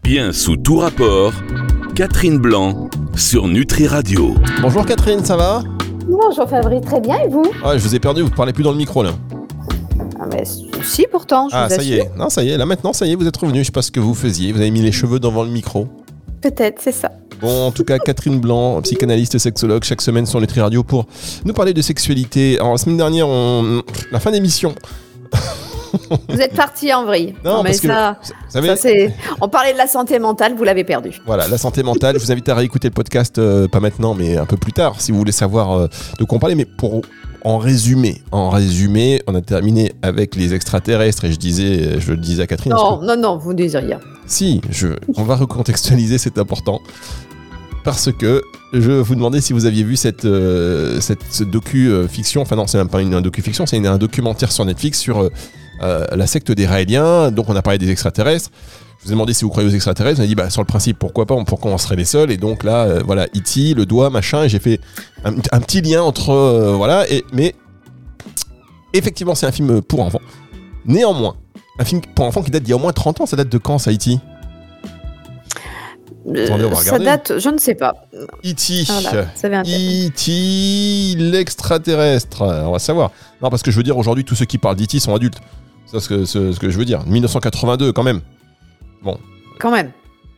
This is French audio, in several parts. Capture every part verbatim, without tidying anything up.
Bien sous tout rapport, Catherine Blanc sur Nutri Radio. Bonjour Catherine, ça va ? Bonjour Fabrice, très bien, et vous ? Ah, je vous ai perdu, vous ne parlez plus dans le micro là. Ah mais si, pourtant, je ah, vous ça assure. y est, non, ça y est, là maintenant, ça y est, vous êtes revenu. Je sais pas ce que vous faisiez, vous avez mis les cheveux devant le micro. Peut-être, c'est ça. Bon, en tout cas, Catherine Blanc, psychanalyste, sexologue, chaque semaine sur Nutri Radio pour nous parler de sexualité. Alors, la semaine dernière, on... la fin d'émission. Vous êtes parti en vrille. Non, non mais parce que, ça, vous savez, ça c'est... On parlait de la santé mentale, vous l'avez perdu. Voilà, la santé mentale. Je vous invite à réécouter le podcast, euh, pas maintenant, mais un peu plus tard, si vous voulez savoir euh, de quoi on parlait. Mais pour en résumé, en résumé, on a terminé avec les extraterrestres. Et je disais, je le disais à Catherine. Non, que... non, non, vous ne disiez rien. Si, je... on va recontextualiser, c'est important. Parce que je vous demandais si vous aviez vu cette, euh, cette ce docu-fiction. Enfin non, c'est même pas une, un docu-fiction, c'est une, un documentaire sur Netflix sur euh, euh, la secte des Raéliens. Donc on a parlé des extraterrestres. Je vous ai demandé si vous croyez aux extraterrestres. On a dit, bah, sur le principe, pourquoi pas, pourquoi on serait les seuls. Et donc là, euh, voilà, E T, le doigt, machin. Et j'ai fait un, un petit lien entre... Euh, voilà, et, mais effectivement, c'est un film pour enfants. Néanmoins, un film pour enfants qui date d'il y a au moins trente ans. Ça date de quand, ça, E T ? Attendez, on va ça regarder. date, je ne sais pas. E T Voilà, ça vient E T l'extraterrestre. On va savoir. Non, parce que je veux dire, aujourd'hui, tous ceux qui parlent d'E T sont adultes. C'est ce que, ce, ce que je veux dire. dix-neuf cent quatre-vingt-deux, quand même. Bon. Quand même.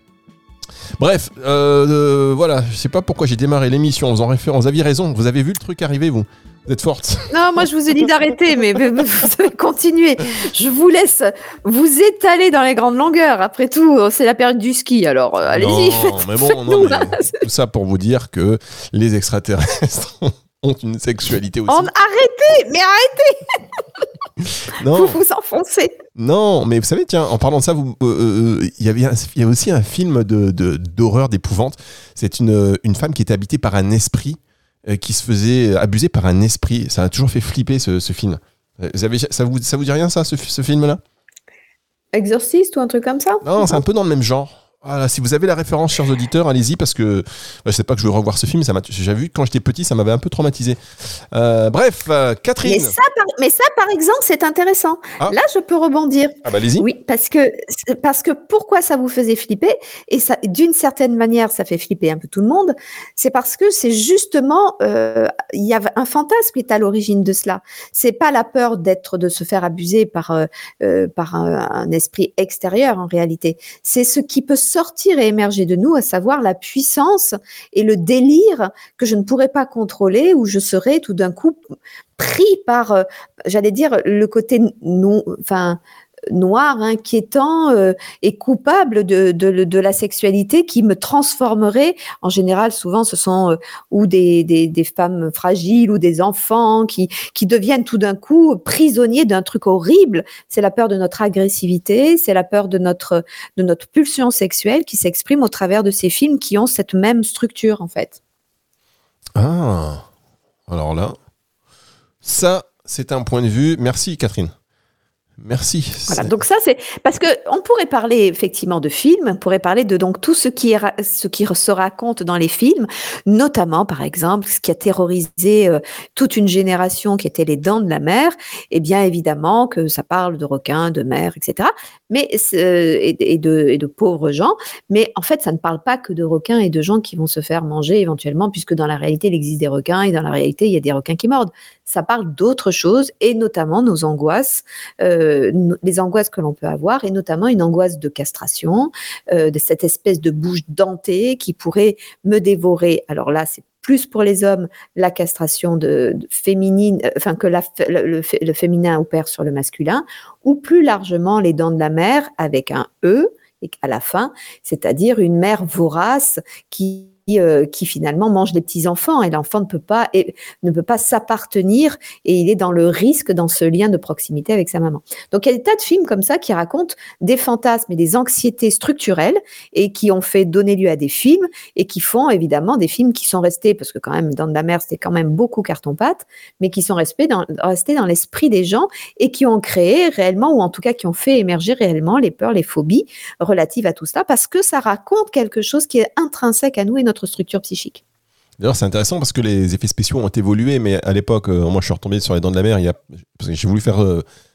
Bref, euh, euh, voilà. Je sais pas pourquoi j'ai démarré l'émission en faisant référence. Vous aviez raison. Vous avez vu le truc arriver, vous. Vous êtes forte. Non, moi je vous ai dit d'arrêter, mais vous avez continué. Je vous laisse vous étaler dans les grandes longueurs. Après tout, c'est la période du ski, alors euh, allez-y. Non, mais bon, non, mais tout ça pour vous dire que les extraterrestres ont une sexualité aussi. On... Arrêtez, mais arrêtez. Non. Vous vous enfoncez. Non, mais vous savez, tiens, en parlant de ça, il euh, euh, y avait un, y a aussi un film de, de, d'horreur, d'épouvante. C'est une, une femme qui était habitée par un esprit, euh, qui se faisait abuser par un esprit. Ça a toujours fait flipper, ce, ce film. Vous avez, ça, vous, ça vous dit rien, ça, ce, ce film-là ? Exorciste ou un truc comme ça ? Non, c'est un peu dans le même genre. Voilà, si vous avez la référence, chers auditeurs, allez-y, parce que bah, je sais pas que je veux revoir ce film, ça m'a, j'ai vu quand j'étais petit, ça m'avait un peu traumatisé. Euh, bref, euh, Catherine. Mais ça, par, mais ça, par exemple, c'est intéressant. Ah. Là, je peux rebondir. Ah bah allez-y. Oui, parce que, parce que pourquoi ça vous faisait flipper, et ça, d'une certaine manière, ça fait flipper un peu tout le monde, c'est parce que c'est justement, euh, il y a un fantasme qui est à l'origine de cela. C'est pas la peur d'être, de se faire abuser par, euh, par un, un esprit extérieur, en réalité. C'est ce qui peut sortir et émerger de nous, à savoir la puissance et le délire que je ne pourrais pas contrôler, où je serais tout d'un coup pris par, euh, j'allais dire, le côté non, enfin, noir, inquiétant euh, et coupable de, de, de la sexualité qui me transformerait. En général, souvent, ce sont euh, ou des, des, des femmes fragiles ou des enfants qui, qui deviennent tout d'un coup prisonniers d'un truc horrible. C'est la peur de notre agressivité, c'est la peur de notre, de notre pulsion sexuelle qui s'exprime au travers de ces films qui ont cette même structure, en fait. Ah, alors là, ça, c'est un point de vue. Merci, Catherine. Merci. Voilà, donc ça c'est parce que on pourrait parler effectivement de films, on pourrait parler de donc tout ce qui est ce qui se raconte dans les films, notamment par exemple ce qui a terrorisé euh, toute une génération qui était les Dents de la Mer. Et bien évidemment que ça parle de requins, de mer, et cetera. Mais et, et de et de pauvres gens. Mais en fait, ça ne parle pas que de requins et de gens qui vont se faire manger éventuellement, puisque dans la réalité, il existe des requins et dans la réalité, il y a des requins qui mordent. Ça parle d'autres choses et notamment nos angoisses, euh, les angoisses que l'on peut avoir et notamment une angoisse de castration, euh, de cette espèce de bouche dentée qui pourrait me dévorer. Alors là, c'est plus pour les hommes la castration de, de féminine, euh, enfin que la, le, le, le féminin opère sur le masculin, ou plus largement les Dents de la Mer avec un E et à la fin, c'est-à-dire une mère vorace qui Euh, qui finalement mange les petits enfants et l'enfant ne peut pas et, ne peut pas s'appartenir et il est dans le risque dans ce lien de proximité avec sa maman. Donc il y a des tas de films comme ça qui racontent des fantasmes et des anxiétés structurelles et qui ont fait donner lieu à des films et qui font évidemment des films qui sont restés, parce que quand même Dents de la Mer c'était quand même beaucoup carton-pâte, mais qui sont restés dans, restés dans l'esprit des gens et qui ont créé réellement, ou en tout cas qui ont fait émerger réellement les peurs, les phobies relatives à tout ça, parce que ça raconte quelque chose qui est intrinsèque à nous et notre structure psychique. D'ailleurs, c'est intéressant parce que les effets spéciaux ont évolué, mais à l'époque, euh, moi, je suis retombé sur les Dents de la Mer. Il y a, parce que j'ai voulu faire euh,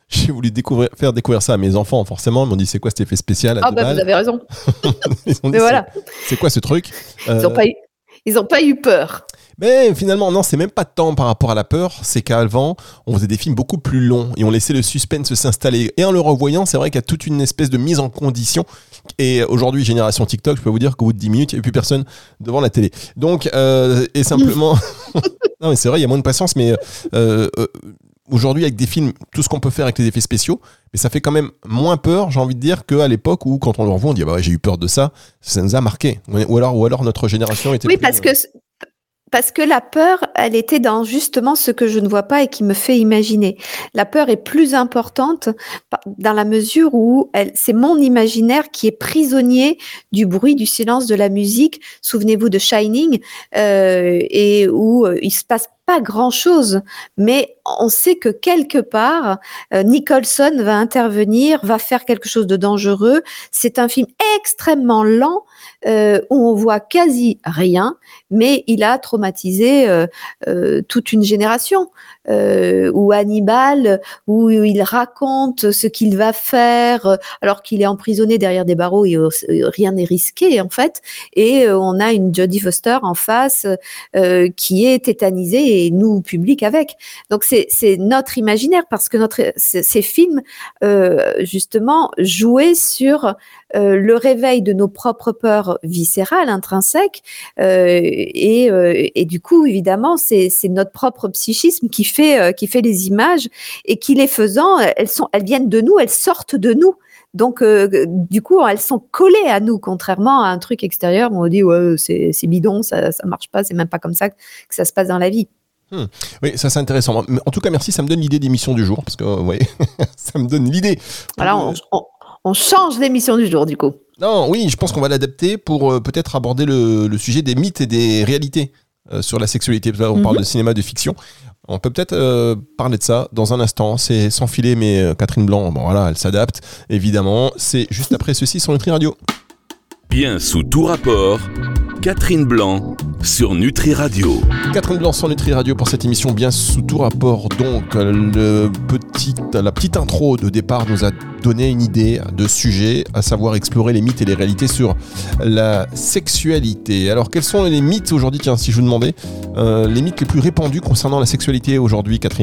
j'ai voulu découvrir, faire découvrir ça à mes enfants, forcément. Ils m'ont dit, c'est quoi cet effet spécial à Ah deux bah balles vous avez raison. Ils ont dit, Mais voilà, c'est, c'est quoi ce truc ils Euh, n'ont pas eu, ils ont pas eu peur. Mais finalement, non, c'est même pas tant par rapport à la peur, c'est qu'avant, on faisait des films beaucoup plus longs et on laissait le suspense s'installer. Et en le revoyant, c'est vrai qu'il y a toute une espèce de mise en condition. Et aujourd'hui, génération TikTok, je peux vous dire qu'au bout de dix minutes, il n'y avait plus personne devant la télé. Donc, euh, et simplement... non, mais c'est vrai, il y a moins de patience, mais euh, euh, aujourd'hui, avec des films, tout ce qu'on peut faire avec les effets spéciaux, mais ça fait quand même moins peur, j'ai envie de dire, qu'à l'époque où, quand on le revoit, on dit ah bah ouais, j'ai eu peur de ça, ça nous a marqué. Ou alors, ou alors notre génération était Oui, plus... parce que Parce que la peur, elle était dans justement ce que je ne vois pas et qui me fait imaginer. La peur est plus importante dans la mesure où elle, c'est mon imaginaire qui est prisonnier du bruit, du silence, de la musique. Souvenez-vous de Shining, euh, et où euh, il se passe pas grand-chose, mais on sait que quelque part, euh, Nicholson va intervenir, va faire quelque chose de dangereux. C'est un film extrêmement lent, euh, où on voit quasi rien, mais il a traumatisé euh, euh, toute une génération. Euh, ou Hannibal, où il raconte ce qu'il va faire euh, alors qu'il est emprisonné derrière des barreaux et euh, rien n'est risqué en fait. Et euh, on a une Jodie Foster en face euh, qui est tétanisée et nous public avec. Donc c'est c'est notre imaginaire parce que notre ces films euh, justement jouaient sur euh, le réveil de nos propres peurs viscérales, intrinsèques, euh, et, euh, et du coup évidemment c'est c'est notre propre psychisme qui fait euh, qui fait les images et qui les faisant, elles sont elles viennent de nous, elles sortent de nous. Donc euh, du coup elles sont collées à nous, contrairement à un truc extérieur où on dit ouais c'est c'est bidon, ça ça marche pas, c'est même pas comme ça que ça se passe dans la vie. Hmm. Oui, ça c'est intéressant. En tout cas, merci, ça me donne l'idée d'émission du jour parce que euh, ouais, ça me donne l'idée. Voilà, on, on, on change l'émission du jour du coup. Non, oui, je pense qu'on va l'adapter pour euh, peut-être aborder le, le sujet des mythes et des réalités euh, sur la sexualité. Parce que là, on mm-hmm. parle de cinéma, de fiction. On peut peut-être euh, parler de ça dans un instant. C'est sans filet, mais euh, Catherine Blanc, bon voilà, elle s'adapte. Évidemment, c'est juste après ceci sur Nutri Radio. Bien sous tout rapport, Catherine Blanc sur Nutri Radio. Catherine Blanc sur Nutri Radio pour cette émission bien sous tout rapport. Donc, le petit, la petite intro de départ nous a donné une idée de sujet, à savoir explorer les mythes et les réalités sur la sexualité. Alors, quels sont les mythes aujourd'hui, tiens, si je vous demandais, euh, les mythes les plus répandus concernant la sexualité aujourd'hui, Catherine ?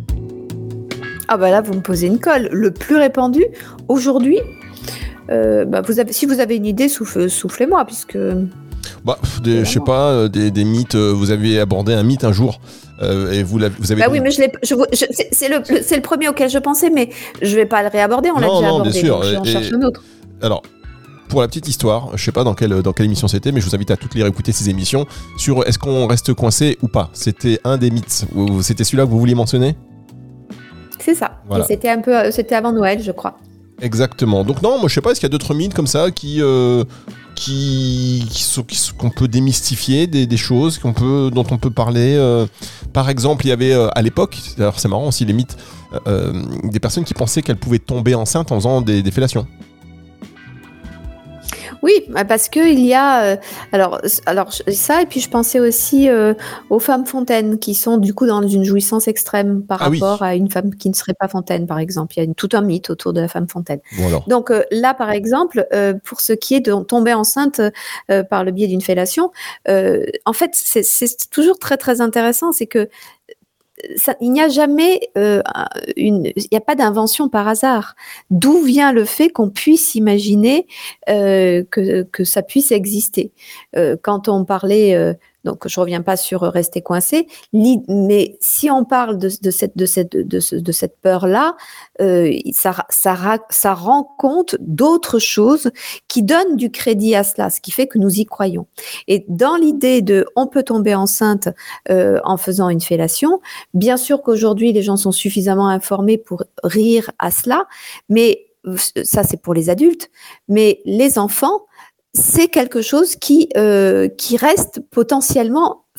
Ah bah là, vous me posez une colle. Le plus répandu aujourd'hui, euh, bah vous avez, si vous avez une idée, souffle, soufflez-moi, puisque... Bah, des, je sais pas, des, des mythes. Vous avez abordé un mythe un jour euh, et vous, vous avez. Bah oui, mais je l'ai. Je, je, c'est, c'est, le, c'est le premier auquel je pensais, mais je vais pas le réaborder. On non, l'a déjà non, abordé. Bien sûr. Donc je en et, cherche un autre. Alors, pour la petite histoire, je sais pas dans quelle dans quelle émission c'était, mais je vous invite à toutes les réécouter ces émissions sur est-ce qu'on reste coincé ou pas. C'était un des mythes. C'était celui-là que vous vouliez mentionner. C'est ça. Voilà. Et c'était un peu. C'était avant Noël, je crois. Exactement. Donc non, moi je sais pas, est-ce qu'il y a d'autres mythes comme ça qui, euh, qui, qui, sont, qui sont, qu'on peut démystifier, des, des choses qu'on peut, dont on peut parler. Euh, par exemple, il y avait euh, à l'époque, alors c'est marrant aussi les mythes, euh, des personnes qui pensaient qu'elles pouvaient tomber enceintes en faisant des, des fellations. Oui, parce que il y a euh, alors alors ça et puis je pensais aussi euh, aux femmes fontaines qui sont du coup dans une jouissance extrême par ah rapport oui. à une femme qui ne serait pas fontaine par exemple. Il y a une, tout un mythe autour de la femme fontaine. Bon alors. Donc euh, là par exemple euh, pour ce qui est de tomber enceinte euh, par le biais d'une fellation, euh, en fait c'est, c'est toujours très très intéressant, c'est que ça, il n'y a jamais euh, une, il n'y a pas d'invention par hasard. D'où vient le fait qu'on puisse imaginer euh, que que ça puisse exister. Euh, quand on parlait, euh, donc je reviens pas sur rester coincé, mais si on parle de, de cette de cette de, de, de cette peur là, euh, ça ça ça rend compte d'autres choses qui donnent du crédit à cela, ce qui fait que nous y croyons. Et dans l'idée de on peut tomber enceinte euh, en faisant une fellation, bien sûr qu'aujourd'hui les gens sont suffisamment informés pour rire à cela, mais ça c'est pour les adultes, mais les enfants, c'est quelque chose qui euh, qui reste potentiellement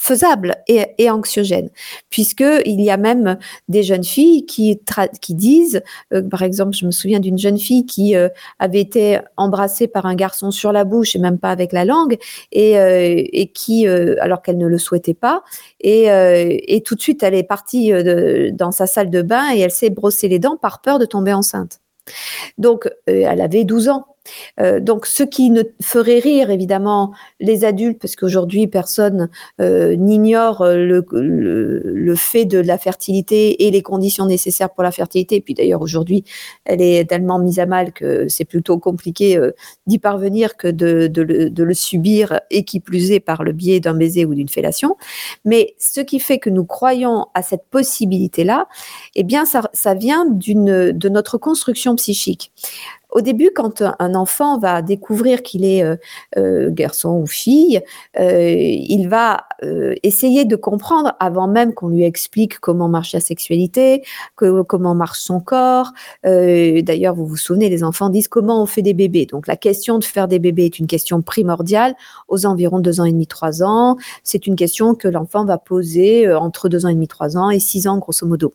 faisable et, et anxiogène, puisqu'il y a même des jeunes filles qui, tra- qui disent, euh, par exemple, je me souviens d'une jeune fille qui euh, avait été embrassée par un garçon sur la bouche et même pas avec la langue, et, euh, et qui, euh, alors qu'elle ne le souhaitait pas, et, euh, et tout de suite elle est partie euh, de, dans sa salle de bain et elle s'est brossé les dents par peur de tomber enceinte. Donc, euh, elle avait douze ans. Euh, donc, ce qui ne ferait rire, évidemment, les adultes, parce qu'aujourd'hui, personne euh, n'ignore le, le, le fait de la fertilité et les conditions nécessaires pour la fertilité. Et puis, d'ailleurs, aujourd'hui, elle est tellement mise à mal que c'est plutôt compliqué euh, d'y parvenir que de, de, le, de le subir, et qui plus est par le biais d'un baiser ou d'une fellation. Mais ce qui fait que nous croyons à cette possibilité-là, eh bien, ça, ça vient d'une, de notre construction psychique. Au début, quand un enfant va découvrir qu'il est euh, euh, garçon ou fille, euh, il va euh, essayer de comprendre, avant même qu'on lui explique comment marche la sexualité, que, comment marche son corps. Euh, d'ailleurs, vous vous souvenez, les enfants disent comment on fait des bébés. Donc, la question de faire des bébés est une question primordiale aux environs de deux ans et demi, trois ans. C'est une question que l'enfant va poser euh, entre deux ans et demi, trois ans et six ans, grosso modo.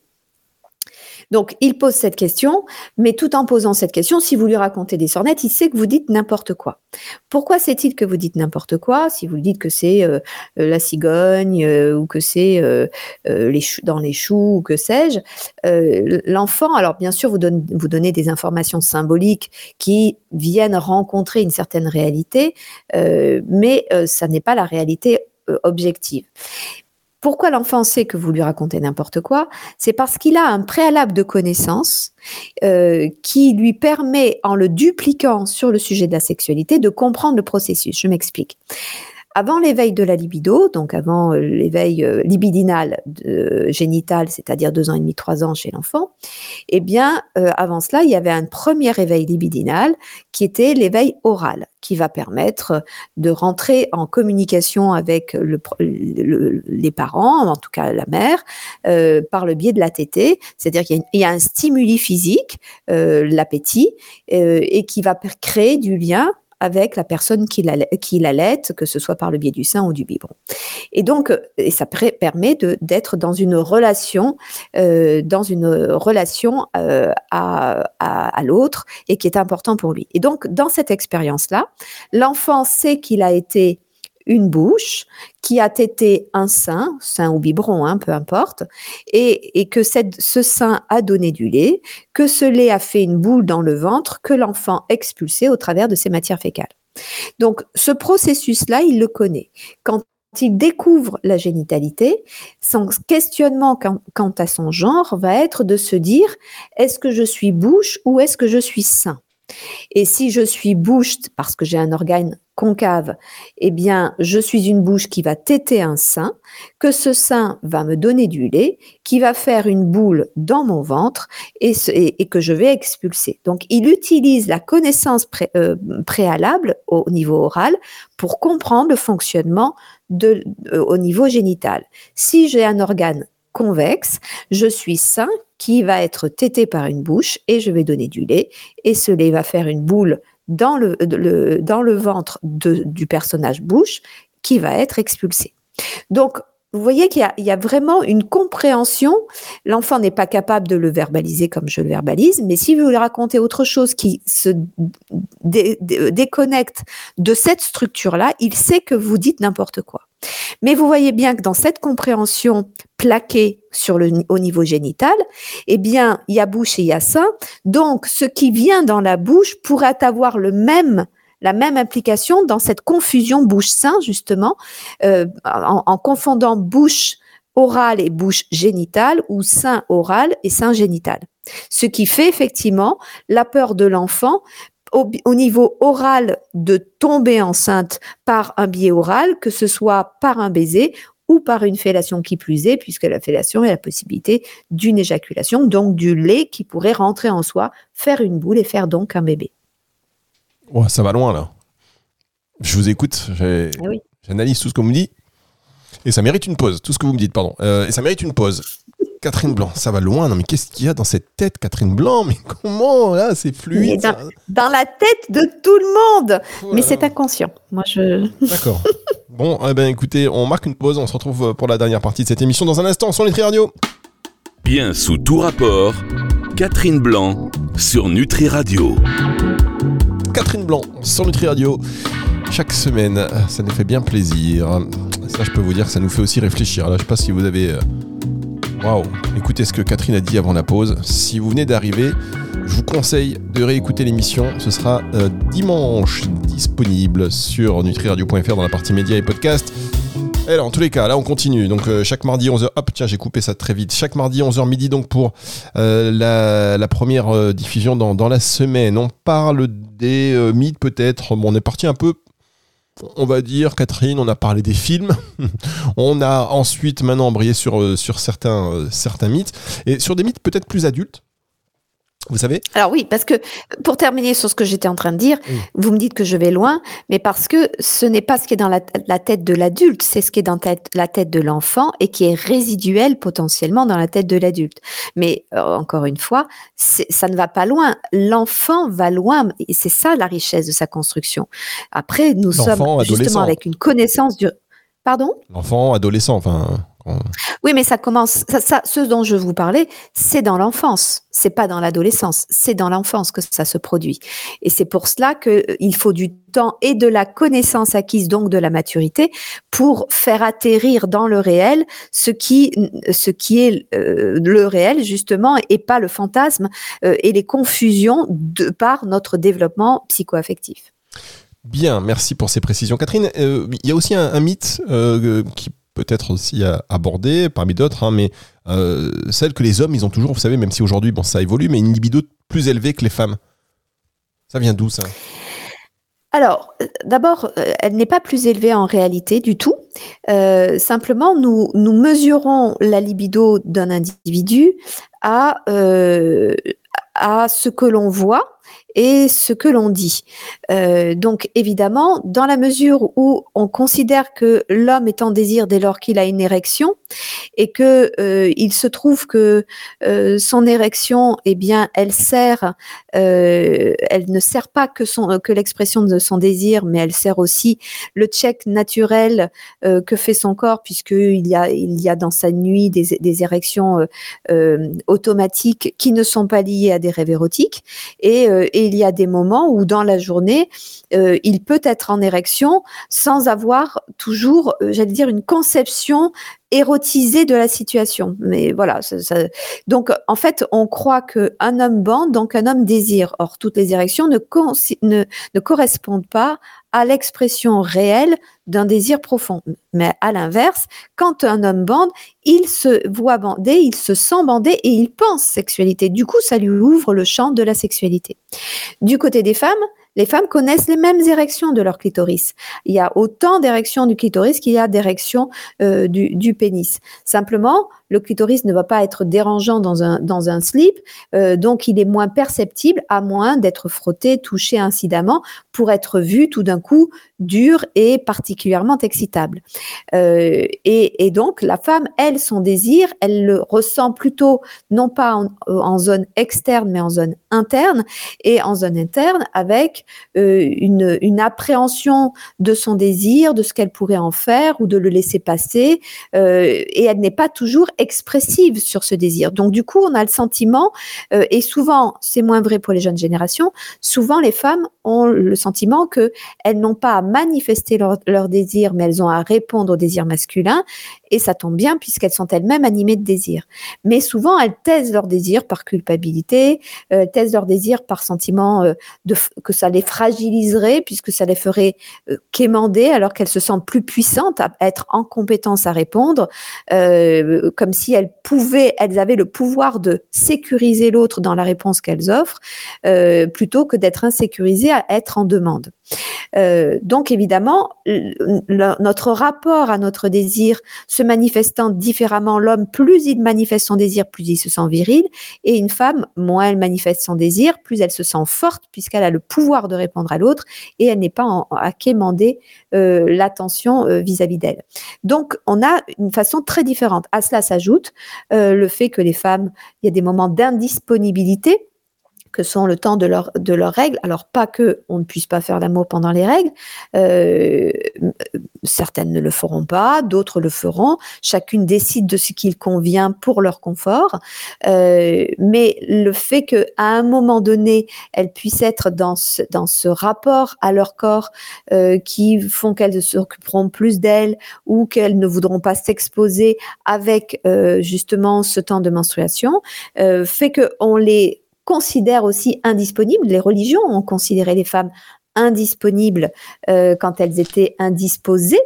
Donc, il pose cette question, mais tout en posant cette question, si vous lui racontez des sornettes, il sait que vous dites n'importe quoi. Pourquoi sait-il que vous dites n'importe quoi? Si vous lui dites que c'est euh, la cigogne euh, ou que c'est euh, euh, les choux, dans les choux ou que sais-je, euh, l'enfant, alors bien sûr, vous, donne, vous donnez des informations symboliques qui viennent rencontrer une certaine réalité, euh, mais euh, ça n'est pas la réalité euh, objective. Pourquoi l'enfant sait que vous lui racontez n'importe quoi? C'est parce qu'il a un préalable de connaissance euh, qui lui permet, en le dupliquant sur le sujet de la sexualité, de comprendre le processus. Je m'explique. Avant l'éveil de la libido, donc avant euh, l'éveil euh, libidinal de, génital, c'est-à-dire deux ans et demi, trois ans chez l'enfant, eh bien, euh, avant cela, il y avait un premier éveil libidinal qui était l'éveil oral, qui va permettre de rentrer en communication avec le, le, les parents, en tout cas la mère, euh, par le biais de la tétée, c'est-à-dire qu'il y a, une, il y a un stimuli physique, euh, l'appétit, euh, et qui va créer du lien avec la personne qui l'allait, que ce soit par le biais du sein ou du biberon. Et donc, et ça pr- permet de, d'être dans une relation, euh, dans une relation euh, à, à, à l'autre, et qui est important pour lui. Et donc, dans cette expérience-là, l'enfant sait qu'il a été une bouche, qui a tété un sein, sein ou biberon, hein, peu importe, et, et que cette, ce sein a donné du lait, que ce lait a fait une boule dans le ventre, que l'enfant expulsait au travers de ses matières fécales. Donc, ce processus-là, il le connaît. Quand il découvre la génitalité, son questionnement quant, quant à son genre va être de se dire, est-ce que je suis bouche ou est-ce que je suis sein ? Et si je suis bouche, parce que j'ai un organe concave, eh bien, je suis une bouche qui va téter un sein, que ce sein va me donner du lait, qui va faire une boule dans mon ventre et, et, et que je vais expulser. Donc, il utilise la connaissance pré, euh, préalable au niveau oral pour comprendre le fonctionnement de, euh, au niveau génital. Si j'ai un organe convexe, je suis sein qui va être tété par une bouche et je vais donner du lait et ce lait va faire une boule dans le, le, dans le ventre de, du personnage bouche qui va être expulsé. Donc, vous voyez qu'il y a, il y a vraiment une compréhension. L'enfant n'est pas capable de le verbaliser comme je le verbalise, mais si vous lui racontez autre chose qui se dé, dé, déconnecte de cette structure-là, il sait que vous dites n'importe quoi. Mais vous voyez bien que dans cette compréhension plaquée sur le, au niveau génital, eh bien, il y a bouche et il y a sein. Donc, ce qui vient dans la bouche pourrait avoir le même, la même implication dans cette confusion bouche-sein, justement, euh, en, en confondant bouche orale et bouche génitale ou sein oral et sein génital. Ce qui fait effectivement la peur de l'enfant Au, au niveau oral de tomber enceinte par un biais oral, que ce soit par un baiser ou par une fellation qui plus est, puisque la fellation est la possibilité d'une éjaculation, donc du lait qui pourrait rentrer en soi, faire une boule et faire donc un bébé. Ouais, ça va loin là. Je vous écoute, j'ai... Ah oui. J'analyse tout ce que vous me dites et ça mérite une pause, tout ce que vous me dites, pardon. Euh, et ça mérite une pause. Catherine Blanc, ça va loin. Non, mais qu'est-ce qu'il y a dans cette tête, Catherine Blanc? Mais comment, là, c'est fluide. Dans, dans la tête de tout le monde. Oh mais c'est inconscient. Moi, je... D'accord. Bon, eh ben, écoutez, on marque une pause, on se retrouve pour la dernière partie de cette émission dans un instant sur Nutri Radio. Bien sous tout rapport, Catherine Blanc sur Nutri Radio. Catherine Blanc sur Nutri Radio. Chaque semaine, ça nous fait bien plaisir. Ça, je peux vous dire que ça nous fait aussi réfléchir. Là, je sais pas si vous avez... Waouh, écoutez ce que Catherine a dit avant la pause. Si vous venez d'arriver, je vous conseille de réécouter l'émission. Ce sera euh, dimanche disponible sur nutri radio point f r dans la partie médias et podcasts. Et alors, en tous les cas, là, on continue. Donc, euh, chaque mardi, onze heures... Hop, tiens, j'ai coupé ça très vite. Chaque mardi, onze heures midi, donc, pour euh, la, la première euh, diffusion dans, dans la semaine. On parle des euh, mythes, peut-être. Bon, on est parti un peu... On va dire, Catherine, on a parlé des films. On a ensuite maintenant embrayé sur, euh, sur certains, euh, certains mythes. Et sur des mythes peut-être plus adultes. Vous savez ? Alors oui, parce que pour terminer sur ce que j'étais en train de dire, oui. Vous me dites que je vais loin, mais parce que ce n'est pas ce qui est dans la, la tête de l'adulte, c'est ce qui est dans tête, la tête de l'enfant et qui est résiduel potentiellement dans la tête de l'adulte. Mais euh, encore une fois, c'est, ça ne va pas loin. L'enfant va loin et c'est ça la richesse de sa construction. Après, nous L'enfant, sommes justement avec une connaissance du... Pardon ? L'enfant, adolescent, enfin... Oui, mais ça commence. Ça, ça, ce dont je vous parlais, c'est dans l'enfance. C'est pas dans l'adolescence. C'est dans l'enfance que ça se produit. Et c'est pour cela que euh, il faut du temps et de la connaissance acquise, donc de la maturité, pour faire atterrir dans le réel ce qui, ce qui est euh, le réel justement, et pas le fantasme euh, et les confusions de par notre développement psycho-affectif. Bien, merci pour ces précisions, Catherine. Euh, il y a aussi un, un mythe euh, qui peut-être aussi à aborder, parmi d'autres, hein, mais euh, celle que les hommes, ils ont toujours, vous savez, même si aujourd'hui, bon, ça évolue, mais une libido plus élevée que les femmes. Ça vient d'où, ça ? Alors, d'abord, elle n'est pas plus élevée en réalité du tout. Euh, simplement, nous, nous mesurons la libido d'un individu à, euh, à ce que l'on voit et ce que l'on dit. Euh, donc évidemment, dans la mesure où on considère que l'homme est en désir dès lors qu'il a une érection et que euh, il se trouve que euh, son érection, eh bien, elle sert, euh, elle ne sert pas que son que l'expression de son désir, mais elle sert aussi le check naturel euh, que fait son corps, puisqu'il y a il y a dans sa nuit des, des érections euh, euh, automatiques qui ne sont pas liées à des rêves érotiques et, euh, et il y a des moments où dans la journée, euh, il peut être en érection sans avoir toujours, euh, j'allais dire, une conception érotisée de la situation. Mais voilà, ça, ça... donc en fait, on croit qu'un homme bande, donc un homme désire. Or, toutes les érections ne, con... ne, ne correspondent pas à l'expression réelle d'un désir profond. Mais à l'inverse, quand un homme bande, il se voit bander, il se sent bander et il pense sexualité. Du coup, ça lui ouvre le champ de la sexualité. Du côté des femmes, les femmes connaissent les mêmes érections de leur clitoris. Il y a autant d'érections du clitoris qu'il y a d'érections euh, du, du pénis. Simplement, le clitoris ne va pas être dérangeant dans un, dans un slip, euh, donc il est moins perceptible à moins d'être frotté, touché incidemment pour être vu tout d'un coup dur et particulièrement excitable. Euh, et, et donc, la femme, elle, son désir, elle le ressent plutôt non pas en, en zone externe, mais en zone interne, et en zone interne avec euh, une, une appréhension de son désir, de ce qu'elle pourrait en faire ou de le laisser passer, euh, et elle n'est pas toujours expressive sur ce désir. Donc, du coup, on a le sentiment, euh, et souvent, c'est moins vrai pour les jeunes générations, souvent les femmes ont le sentiment qu'elles n'ont pas à manifester leur, leur désir, mais elles ont à répondre au désir masculin, et ça tombe bien puisqu'elles sont elles-mêmes animées de désir. Mais souvent, elles taisent leur désir par culpabilité, euh, elles taisent leur désir par sentiment euh, de, que ça les fragiliserait, puisque ça les ferait euh, quémander, alors qu'elles se sentent plus puissantes à être en compétence à répondre, euh, comme si elles pouvaient, elles avaient le pouvoir de sécuriser l'autre dans la réponse qu'elles offrent, euh, plutôt que d'être insécurisées à être en demande. Euh, donc évidemment, le, le, notre rapport à notre désir se manifestant différemment, l'homme, plus il manifeste son désir, plus il se sent viril, et une femme, moins elle manifeste son désir, plus elle se sent forte, puisqu'elle a le pouvoir de répondre à l'autre, et elle n'est pas en, à quémander euh, l'attention euh, vis-à-vis d'elle. Donc on a une façon très différente. À cela s'ajoute euh, le fait que les femmes, il y a des moments d'indisponibilité, que sont le temps de leur de leurs règles. Alors pas que on ne puisse pas faire l'amour pendant les règles, euh, certaines ne le feront pas, d'autres le feront. Chacune décide de ce qu'il convient pour leur confort, euh, mais le fait que à un moment donné elles puissent être dans ce, dans ce rapport à leur corps euh, qui font qu'elles s'occuperont plus d'elles ou qu'elles ne voudront pas s'exposer avec euh, justement ce temps de menstruation, euh, fait que on les considèrent aussi indisponibles. Les religions ont considéré les femmes indisponibles euh, quand elles étaient indisposées,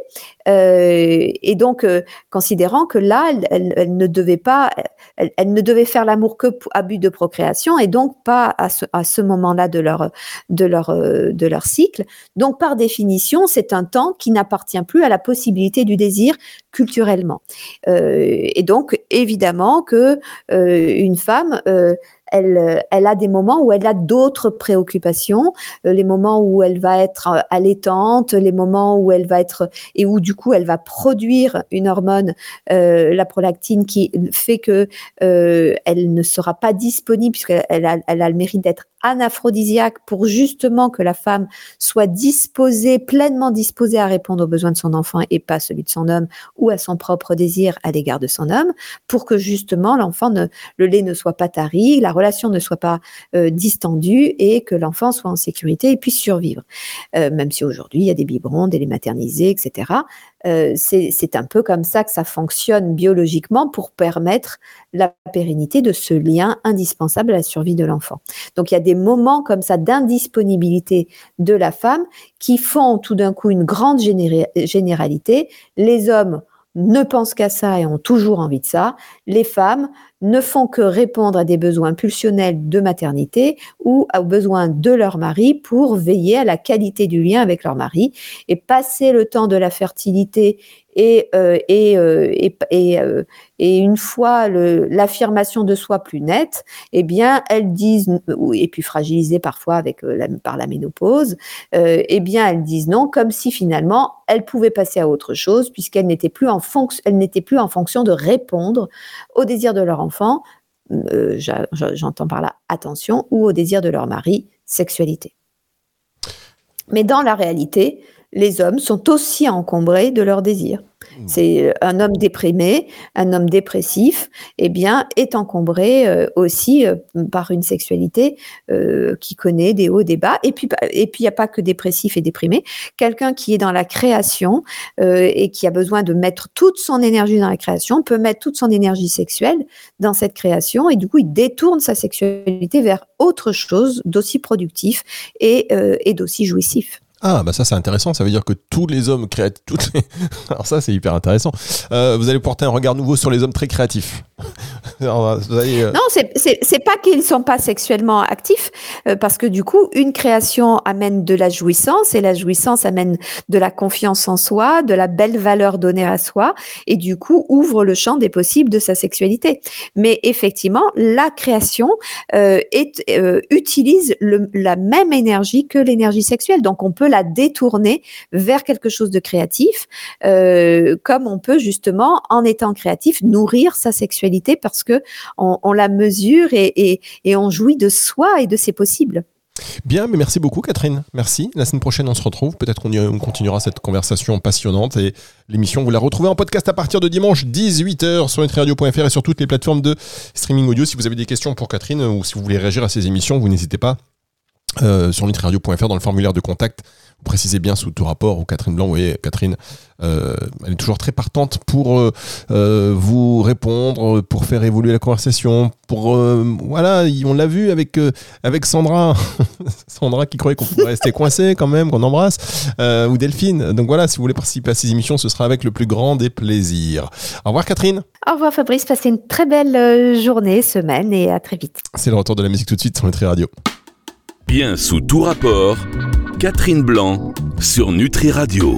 euh, et donc euh, considérant que là, elles, elles, elles ne devaient pas, elles, elles ne devaient faire l'amour que à but de procréation et donc pas à ce, à ce moment-là de leur de leur de leur cycle. Donc par définition, c'est un temps qui n'appartient plus à la possibilité du désir culturellement. Euh, et donc évidemment que euh, une femme euh, Elle, elle a des moments où elle a d'autres préoccupations, euh, les moments où elle va être allaitante, les moments où elle va être et où du coup elle va produire une hormone, euh, la prolactine, qui fait que euh, elle ne sera pas disponible puisqu'elle elle a, elle a le mérite d'être anaphrodisiaque pour justement que la femme soit disposée, pleinement disposée à répondre aux besoins de son enfant et pas celui de son homme ou à son propre désir à l'égard de son homme, pour que justement l'enfant ne, le lait ne soit pas tari, la relation ne soit pas euh, distendue et que l'enfant soit en sécurité et puisse survivre. Euh, même si aujourd'hui il y a des biberons, des laits maternisés, et cetera. Euh, c'est, c'est un peu comme ça que ça fonctionne biologiquement pour permettre la pérennité de ce lien indispensable à la survie de l'enfant. Donc il y a des moments comme ça d'indisponibilité de la femme qui font tout d'un coup une grande généra- généralité. Les hommes ne pensent qu'à ça et ont toujours envie de ça. Les femmes ne font que répondre à des besoins pulsionnels de maternité ou aux besoins de leur mari pour veiller à la qualité du lien avec leur mari et passer le temps de la fertilité et euh, et, euh, et et euh, et une fois le, l'affirmation de soi plus nette, eh bien elles disent, et puis fragilisées parfois avec euh, la, par la ménopause, euh, eh bien elles disent non, comme si finalement elles pouvaient passer à autre chose puisqu'elles n'étaient plus en fonction, elles n'étaient plus en fonction de répondre au désir de leur enfant, euh, j'entends par là attention, ou au désir de leur mari, sexualité. Mais dans la réalité, les hommes sont aussi encombrés de leurs désirs. C'est un homme déprimé, un homme dépressif, eh bien, est encombré euh, aussi euh, par une sexualité euh, qui connaît des hauts, des bas. Et puis, et puis, il n'y a pas que dépressif et déprimé. Quelqu'un qui est dans la création euh, et qui a besoin de mettre toute son énergie dans la création peut mettre toute son énergie sexuelle dans cette création et du coup, il détourne sa sexualité vers autre chose d'aussi productif et, euh, et d'aussi jouissif. Ah, bah ça c'est intéressant, ça veut dire que tous les hommes créatifs, toutes les... alors ça c'est hyper intéressant. Euh, vous allez porter un regard nouveau sur les hommes très créatifs. Alors, vous allez, euh... Non, c'est, c'est, c'est pas qu'ils ne sont pas sexuellement actifs, euh, parce que du coup, une création amène de la jouissance, et la jouissance amène de la confiance en soi, de la belle valeur donnée à soi, et du coup, ouvre le champ des possibles de sa sexualité. Mais effectivement, la création euh, est, euh, utilise le, la même énergie que l'énergie sexuelle, donc on peut la détourner vers quelque chose de créatif, euh, comme on peut justement, en étant créatif, nourrir sa sexualité parce que on, on la mesure et, et, et on jouit de soi et de ses possibles. Bien, mais merci beaucoup Catherine, merci. La semaine prochaine on se retrouve, peut-être qu'on y, on continuera cette conversation passionnante et l'émission vous la retrouvez en podcast à partir de dimanche dix-huit heures sur nutri radio point f r et sur toutes les plateformes de streaming audio. Si vous avez des questions pour Catherine ou si vous voulez réagir à ces émissions, vous n'hésitez pas. Euh, sur nutri radio point f r dans le formulaire de contact, vous précisez bien sous tout rapport ou Catherine Blanc. Vous voyez, Catherine, euh, elle est toujours très partante pour euh, euh, vous répondre, pour faire évoluer la conversation. Pour euh, voilà, on l'a vu avec euh, avec Sandra, Sandra qui croyait qu'on pourrait rester coincé quand même, qu'on embrasse, euh, ou Delphine. Donc voilà, si vous voulez participer à ces émissions, ce sera avec le plus grand des plaisirs. Au revoir Catherine. Au revoir Fabrice, passez une très belle journée, semaine et à très vite. C'est le retour de la musique tout de suite sur Nutri Radio. Bien sous tout rapport, Catherine Blanc sur Nutri Radio.